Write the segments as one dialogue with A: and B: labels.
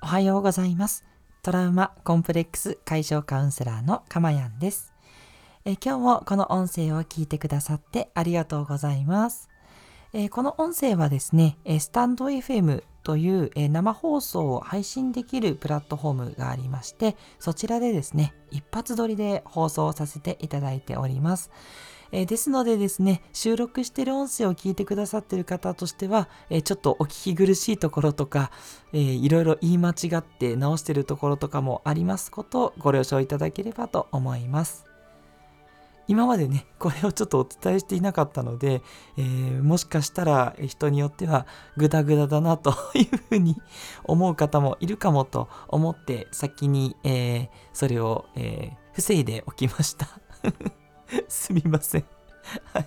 A: はようございます。トラウマコンプレックス解消カウンセラーのかまやんです。今日もこの音声を聞いてくださってありがとうございます。この音声はですね、スタンド FM という、生放送を配信できるプラットフォームがありまして、そちらでですね、一発撮りで放送させていただいております。ですのでですね、収録している音声を聞いてくださっている方としては、ちょっとお聞き苦しいところとか、いろいろ言い間違って直しているところとかもありますことをご了承いただければと思います。今までね、これをちょっとお伝えしていなかったので、もしかしたら人によってはグダグダだなというふうに思う方もいるかもと思って先に、それを、防いでおきました。すみません。はい。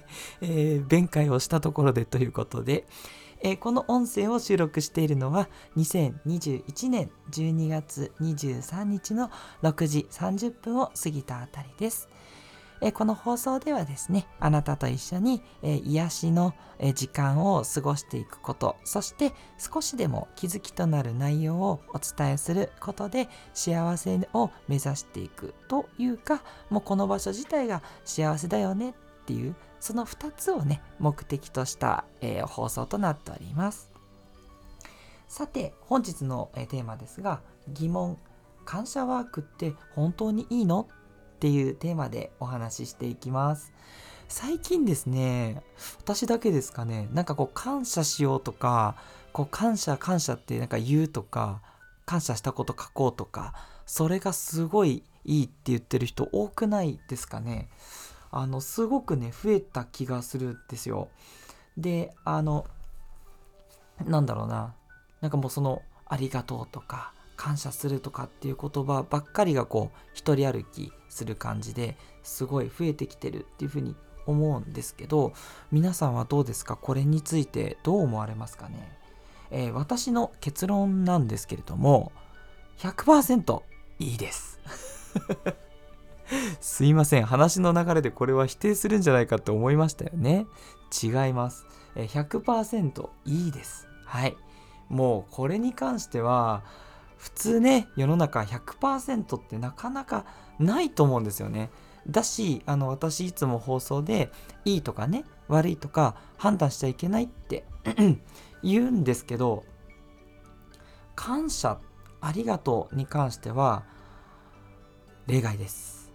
A: 弁解をしたところでということで、この音声を収録しているのは2021年12月23日の6時30分を過ぎたあたりです。この放送ではですね、あなたと一緒に、癒しの、時間を過ごしていくこと、そして少しでも気づきとなる内容をお伝えすることで幸せを目指していくというか、もうこの場所自体が幸せだよねっていう、その2つをね、目的とした、放送となっております。さて、本日の、テーマですが、疑問、感謝ワークって本当にいいの？っていうテーマでお話ししていきます。最近ですね、私だけですかね、なんかこう感謝しようとか、こう感謝ってなんか言うとか、感謝したこと書こうとか、それがすごいいいって言ってる人多くないですかね。すごくね、増えた気がするんですよ。で、なんだろうな、なんかもうそのありがとうとか感謝するとかっていう言葉ばっかりがこう一人歩きする感じですごい増えてきてるっていうふうに思うんですけど、皆さんはどうですか？これについてどう思われますかね？私の結論なんですけれども 100% いいですすいません、話の流れでこれは否定するんじゃないかって思いましたよね。違います。100% いいです。はい。もうこれに関しては普通ね、世の中 100% ってなかなかないと思うんですよね。だし、私いつも放送でいいとかね、悪いとか判断しちゃいけないって言うんですけど、感謝、ありがとうに関しては例外です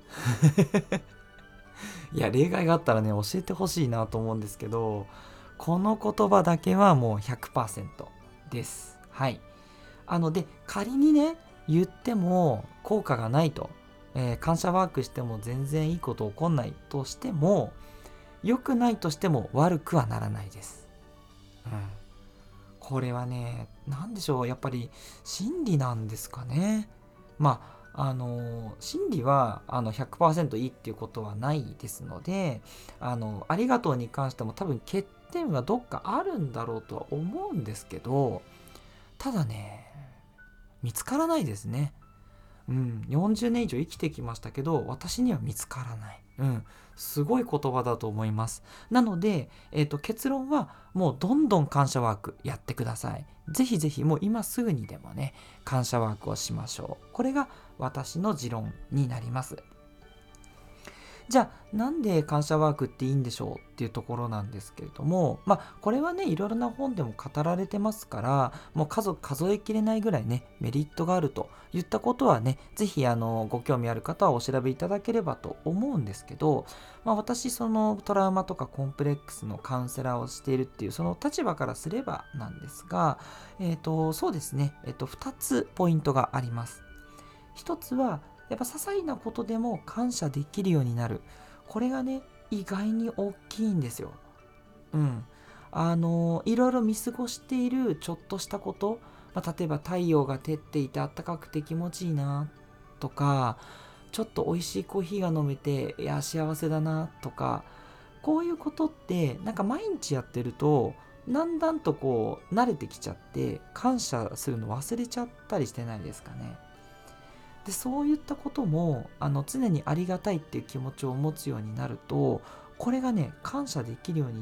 A: いや、例外があったらね、教えてほしいなと思うんですけど、この言葉だけはもう 100% です。はい。で、仮にね、言っても効果がないと、感謝ワークしても全然いいこと起こんないとしても、良くないとしても悪くはならないです。うん。これはね、なんでしょう、やっぱり真理なんですかね。まあ、真理は100% いいっていうことはないですので、ありがとうに関しても多分欠点はどっかあるんだろうとは思うんですけど、ただね、見つからないですね。40年以上生きてきましたけど、私には見つからない。すごい言葉だと思います。なので、結論はもうどんどん感謝ワークやってください。ぜひぜひもう今すぐにでもね、感謝ワークをしましょう。これが私の持論になります。じゃあなんで感謝ワークっていいんでしょうっていうところなんですけれども、これはね、いろいろな本でも語られてますから、もう数えきれないぐらいね、メリットがあるといったことはね、ぜひご興味ある方はお調べいただければと思うんですけど、私そのトラウマとかコンプレックスのカウンセラーをしているっていうその立場からすればなんですが、そうですね、2つポイントがあります。1つはやっぱ些細なことでも感謝できるようになる。これがね、意外に大きいんですよ。うん。いろいろ見過ごしているちょっとしたこと、例えば太陽が照っていて暖かくて気持ちいいなとか、ちょっと美味しいコーヒーが飲めて、いや、幸せだなとか、こういうことってなんか毎日やってると、だんだんとこう慣れてきちゃって感謝するの忘れちゃったりしてないですかね。でそういったことも常にありがたいっていう気持ちを持つようになると、これがね、感謝できるようになっ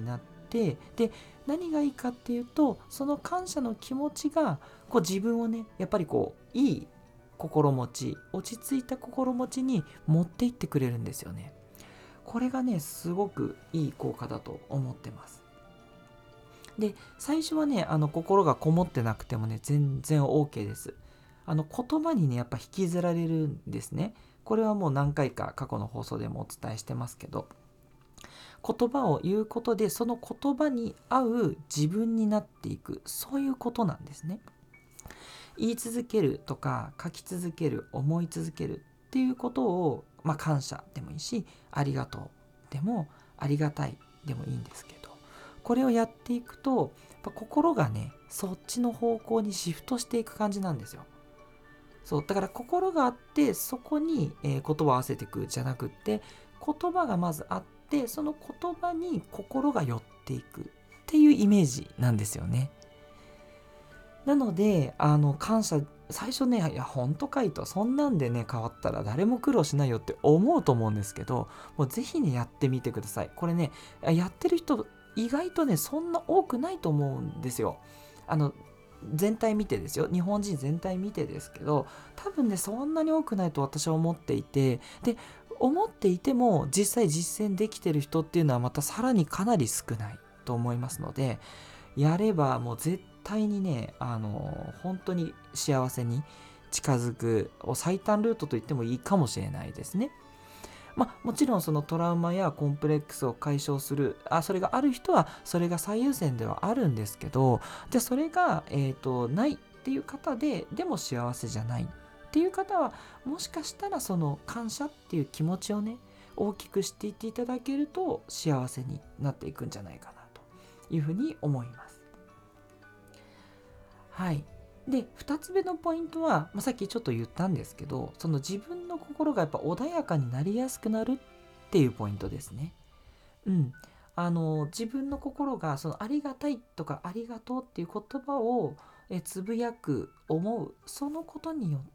A: て、で何がいいかっていうと、その感謝の気持ちが自分をね、やっぱりいい心持ち、落ち着いた心持ちに持っていってくれるんですよね。これがね、すごくいい効果だと思ってます。で、最初はね、心がこもってなくてもね、全然 OK です。言葉にね、やっぱ引きずられるんですね。これはもう何回か過去の放送でもお伝えしてますけど、言葉を言うことで、その言葉に合う自分になっていく、そういうことなんですね。言い続けるとか、書き続ける、思い続けるっていうことを、感謝でもいいし、ありがとうでも、ありがたいでもいいんですけど、これをやっていくと、心がね、そっちの方向にシフトしていく感じなんですよ。そう、だから心があって、そこに、言葉を合わせていくじゃなくって、言葉がまずあって、その言葉に心が寄っていくっていうイメージなんですよね。なので、感謝、最初ね、いや、本当かいと、そんなんでね、変わったら誰も苦労しないよって思うと思うんですけど、もうぜひね、やってみてください。これね、やってる人、意外とね、そんな多くないと思うんですよ。全体見てですよ。日本人全体見てですけど、多分ね、そんなに多くないと私は思っていて、で、思っていても、実際実践できてる人っていうのはまたさらにかなり少ないと思いますので、やればもう絶対にね、本当に幸せに近づく最短ルートと言ってもいいかもしれないですね。もちろんそのトラウマやコンプレックスを解消する、それがある人はそれが最優先ではあるんですけど、じゃあそれが、ないっていう方でも幸せじゃないっていう方は、もしかしたらその感謝っていう気持ちをね、大きくしていっていただけると幸せになっていくんじゃないかなというふうに思います。はい。で、2つ目のポイントは、さっきちょっと言ったんですけど、その自分の心がやっぱ穏やかになりやすくなるっていうポイントですね。うん。自分の心がそのありがたいとかありがとうっていう言葉をつぶやく、思う、そのことによって、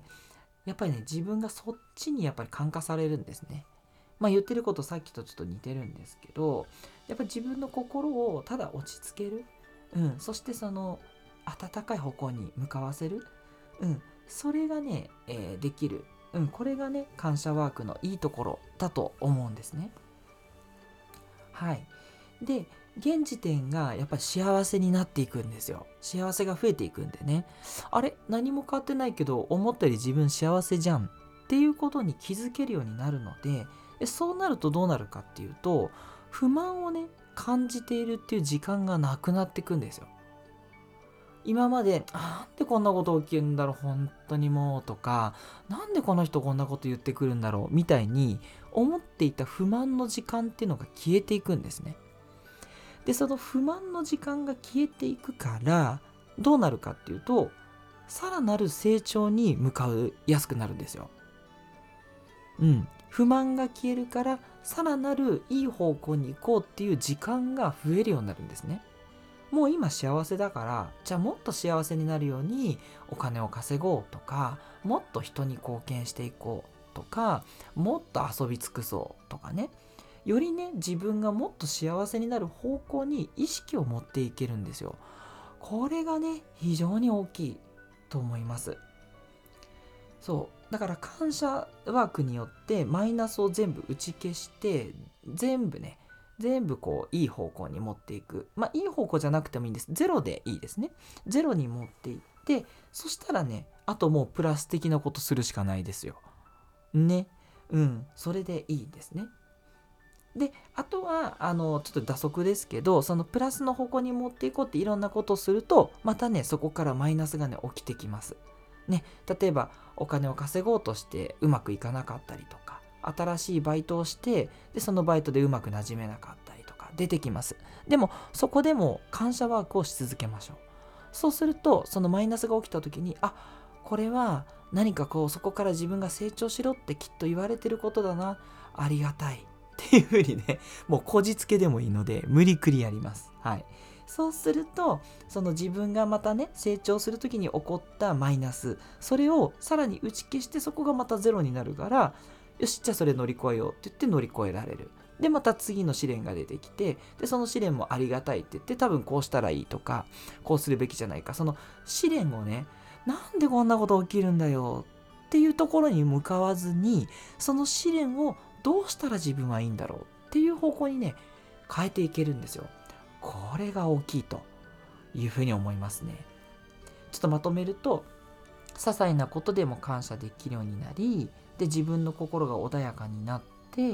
A: やっぱりね、自分がそっちにやっぱり感化されるんですね。言ってることさっきとちょっと似てるんですけど、やっぱり自分の心をただ落ち着ける。そしてその暖かい方向に向かわせる。それがね、できる。これがね、感謝ワークのいいところだと思うんですね。はい。で、現時点がやっぱり幸せになっていくんですよ。幸せが増えていくんでね。あれ、何も変わってないけど、思ったより自分幸せじゃんっていうことに気づけるようになるので、そうなるとどうなるかっていうと、不満をね、感じているっていう時間がなくなっていくんですよ。今まで、なんでこんなこと起きるんだろう、本当にもうとか、なんでこの人こんなこと言ってくるんだろうみたいに思っていた不満の時間っていうのが消えていくんですね。で、その不満の時間が消えていくから、どうなるかっていうと、さらなる成長に向かいやすくなるんですよ。不満が消えるから、さらなるいい方向に行こうっていう時間が増えるようになるんですね。もう今幸せだから、じゃあもっと幸せになるようにお金を稼ごうとか、もっと人に貢献していこうとか、もっと遊び尽くそうとかね、よりね、自分がもっと幸せになる方向に意識を持っていけるんですよ。これがね、非常に大きいと思います。そうだから感謝ワークによってマイナスを全部打ち消して、全部いい方向に持っていく。いい方向じゃなくてもいいんです。ゼロでいいですね。ゼロに持っていって、そしたらね、あともうプラス的なことするしかないですよ。ね。それでいいですね。で、あとは、ちょっと打足ですけど、そのプラスの方向に持っていこうっていろんなことをすると、またね、そこからマイナスがね、起きてきます。ね、例えば、お金を稼ごうとしてうまくいかなかったりとか、新しいバイトをして、で、そのバイトでうまくなじめなかったりとか、出てきます。でも、そこでも感謝ワークをし続けましょう。そうすると、そのマイナスが起きた時に、これは何かそこから自分が成長しろってきっと言われてることだな。ありがたい。っていう風にね、もうこじつけでもいいので、無理くりやります。はい。そうすると、その自分がまたね、成長するときに起こったマイナス、それをさらに打ち消して、そこがまたゼロになるから、よし、じゃあそれ乗り越えようって言って乗り越えられる。 でまた次の試練が出てきて、でその試練もありがたいって言って、多分こうしたらいいとか、こうするべきじゃないか、その試練をね、なんでこんなこと起きるんだよっていうところに向かわずに、その試練をどうしたら自分はいいんだろうっていう方向にね、変えていけるんですよ。これが大きいというふうに思いますね。ちょっとまとめると、些細なことでも感謝できるようになり、で自分の心が穏やかになって、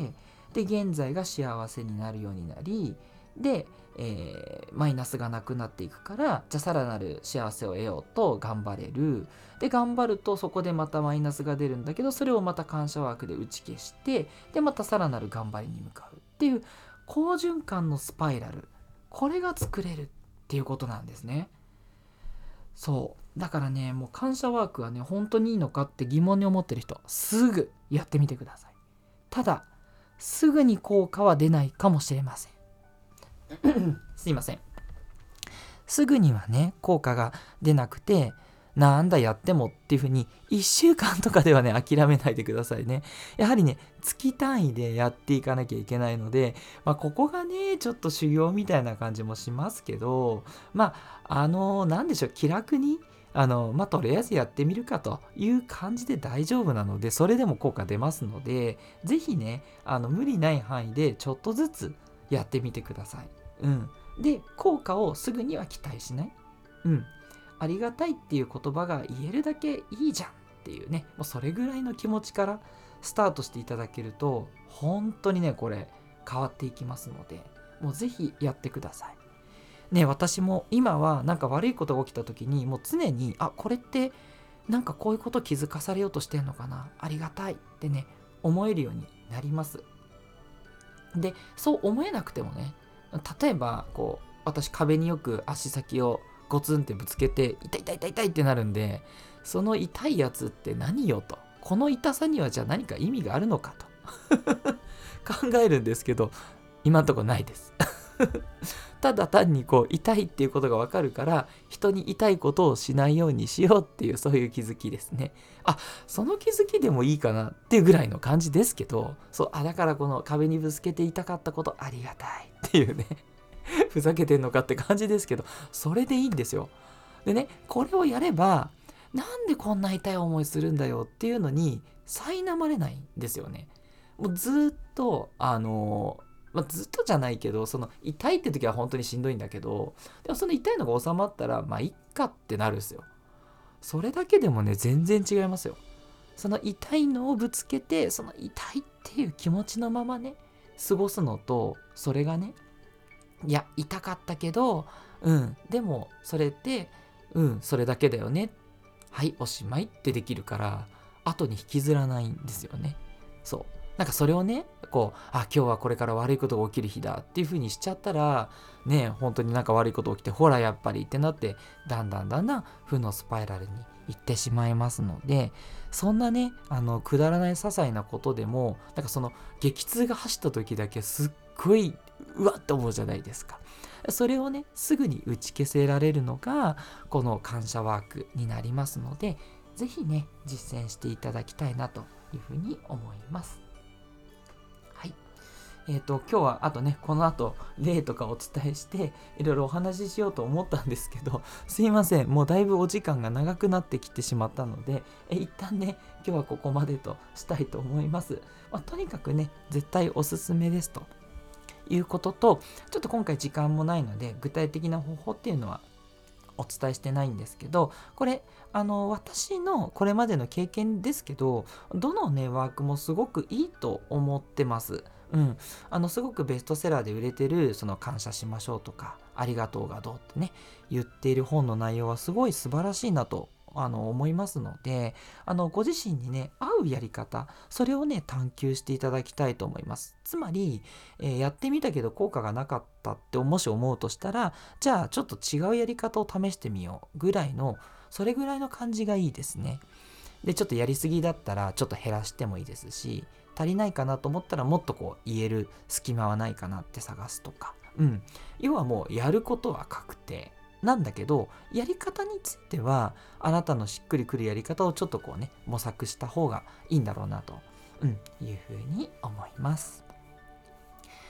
A: で現在が幸せになるようになり、で、マイナスがなくなっていくから、じゃあさらなる幸せを得ようと頑張れる。で頑張るとそこでまたマイナスが出るんだけど、それをまた感謝ワークで打ち消して、でまたさらなる頑張りに向かうっていう好循環のスパイラル、これが作れるっていうことなんですね。そうだからね、もう感謝ワークはね、本当にいいのかって疑問に思ってる人、すぐやってみてください。ただすぐに効果は出ないかもしれませんすいません。すぐにはね、効果が出なくて、なんだやってもっていう風に1週間とかではね、諦めないでくださいね。やはりね、月単位でやっていかなきゃいけないので、ここがね、ちょっと修行みたいな感じもしますけど、なんでしょう、気楽に、とりあえずやってみるかという感じで大丈夫なので、それでも効果出ますので、ぜひね、無理ない範囲でちょっとずつやってみてください。で、効果をすぐには期待しない。ありがたいっていう言葉が言えるだけいいじゃんっていうね、もうそれぐらいの気持ちからスタートしていただけると、本当にね、これ変わっていきますので、もうぜひやってください。ね、私も今はなんか悪いことが起きた時に、もう常に、これってなんかこういうこと気づかされようとしてんのかな、ありがたいってね、思えるようになります。で、そう思えなくてもね、例えば私壁によく足先をゴツンってぶつけて、痛い痛い痛い痛いってなるんで、その痛いやつって何よと、この痛さにはじゃあ何か意味があるのかと考えるんですけど、今んとこないですただ単に痛いっていうことがわかるから、人に痛いことをしないようにしようっていう、そういう気づきですね。その気づきでもいいかなっていうぐらいの感じですけど、だからこの壁にぶつけて痛かったことありがたいっていうねふざけてんのかって感じですけど、それでいいんですよ。でね、これをやれば、なんでこんな痛い思いするんだよっていうのに苛まれないんですよね。もうずっとずっとじゃないけど、その痛いって時は本当にしんどいんだけど、でもその痛いのが収まったらいっかってなるんですよ。それだけでもね、全然違いますよ。その痛いのをぶつけて、その痛いっていう気持ちのままね、過ごすのと、それがね、いや痛かったけど、でもそれってそれだけだよね、はいおしまいってできるから、後に引きずらないんですよね。なんかそれをね、今日はこれから悪いことが起きる日だっていう風にしちゃったらね、本当になんか悪いこと起きて、ほらやっぱりってなって、だんだん負のスパイラルに行ってしまいますので、そんなね、くだらない些細なことでも、なんかその激痛が走った時だけすっごいうわって思うじゃないですか。それをね、すぐに打ち消せられるのがこの感謝ワークになりますので、ぜひね、実践していただきたいなというふうに思います。はい。今日はあとね、この後例とかお伝えしていろいろお話ししようと思ったんですけど、すいません、もうだいぶお時間が長くなってきてしまったので、一旦ね、今日はここまでとしたいと思います。とにかくね、絶対おすすめですということと、ちょっと今回時間もないので具体的な方法っていうのはお伝えしてないんですけど、これ私のこれまでの経験ですけど、どのねワークもすごくいいと思ってます。すごくベストセラーで売れてる、その感謝しましょうとかありがとうがどうってね言っている本の内容はすごい素晴らしいなと思いますので、ご自身にね合うやり方、それをね探求していただきたいと思います。つまり、やってみたけど効果がなかったってもし思うとしたら、じゃあちょっと違うやり方を試してみようぐらいの、それぐらいの感じがいいですね。でちょっとやりすぎだったらちょっと減らしてもいいですし、足りないかなと思ったらもっと言える隙間はないかなって探すとか、要はもうやることは確定なんだけど、やり方についてはあなたのしっくりくるやり方をちょっと模索した方がいいんだろうなと、いうふうに思います。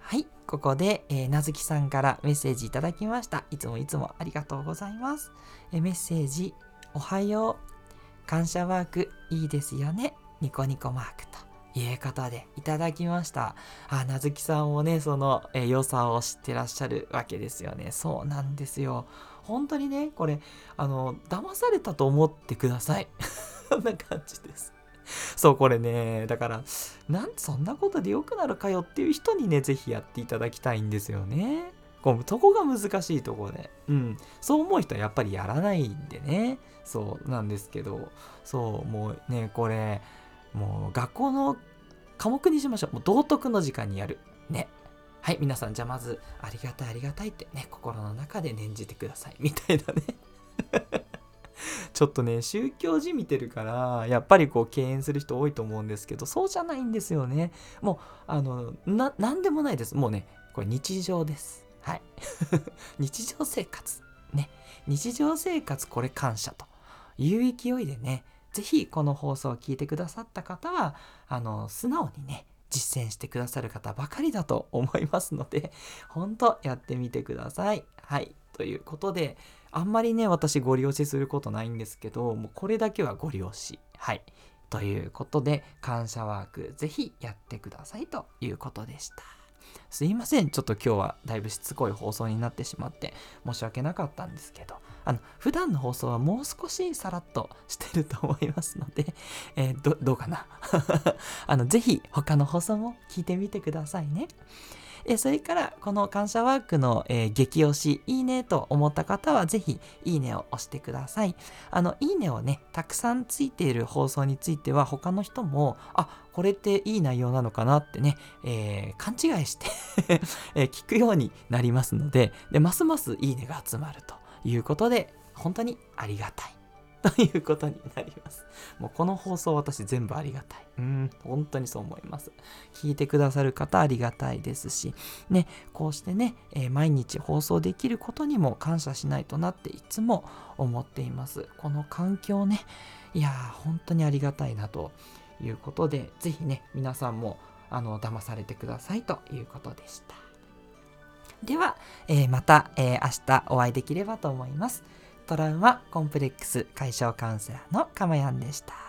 A: はい、ここで、なずきさんからメッセージいただきました。いつもありがとうございます。メッセージ、おはよう。感謝ワークいいですよね。ニコニコマークということでいただきました。なずきさんもね、その、良さを知ってらっしゃるわけですよね。そうなんですよ。本当にね、これ、騙されたと思ってください。そんな感じです。そう、これね、だから、そんなことで良くなるかよっていう人にね、ぜひやっていただきたいんですよね。そこが難しいところで。そう思う人はやっぱりやらないんでね。そうなんですけど、そう、もうね、これ、もう学校の科目にしましょう。もう道徳の時間にやる。ね。はい、皆さん、じゃあまず、ありがたいありがたいってね、心の中で念じてください。みたいなね。ちょっとね、宗教じみてるから、やっぱり敬遠する人多いと思うんですけど、そうじゃないんですよね。もう、なんでもないです。もうね、これ日常です。はい。日常生活。ね。日常生活、これ感謝という勢いでね、ぜひこの放送を聞いてくださった方は、素直にね、実践してくださる方ばかりだと思いますので、本当やってみてください。はい。ということで、あんまりね、私ご利用しすることないんですけど、もうこれだけはご利用し。はい。ということで、感謝ワークぜひやってくださいということでした。すいません。ちょっと今日はだいぶしつこい放送になってしまって申し訳なかったんですけど、普段の放送はもう少しさらっとしてると思いますので、どうかなぜひ他の放送も聞いてみてくださいね。それからこの感謝ワークの、激推しいいねと思った方はぜひいいねを押してください。いいねをねたくさんついている放送については他の人もこれっていい内容なのかなってね、勘違いして聞くようになりますので、ますますいいねが集まるということで本当にありがたいということになります。もうこの放送私全部ありがたい。本当にそう思います。聞いてくださる方ありがたいですし、ね、こうしてね、毎日放送できることにも感謝しないとなっていつも思っています。この環境ね、いやー本当にありがたいなということで、ぜひね、皆さんも騙されてくださいということでした。では、また、明日お会いできればと思います。トラウマコンプレックス解消カウンセラーのかまやんでした。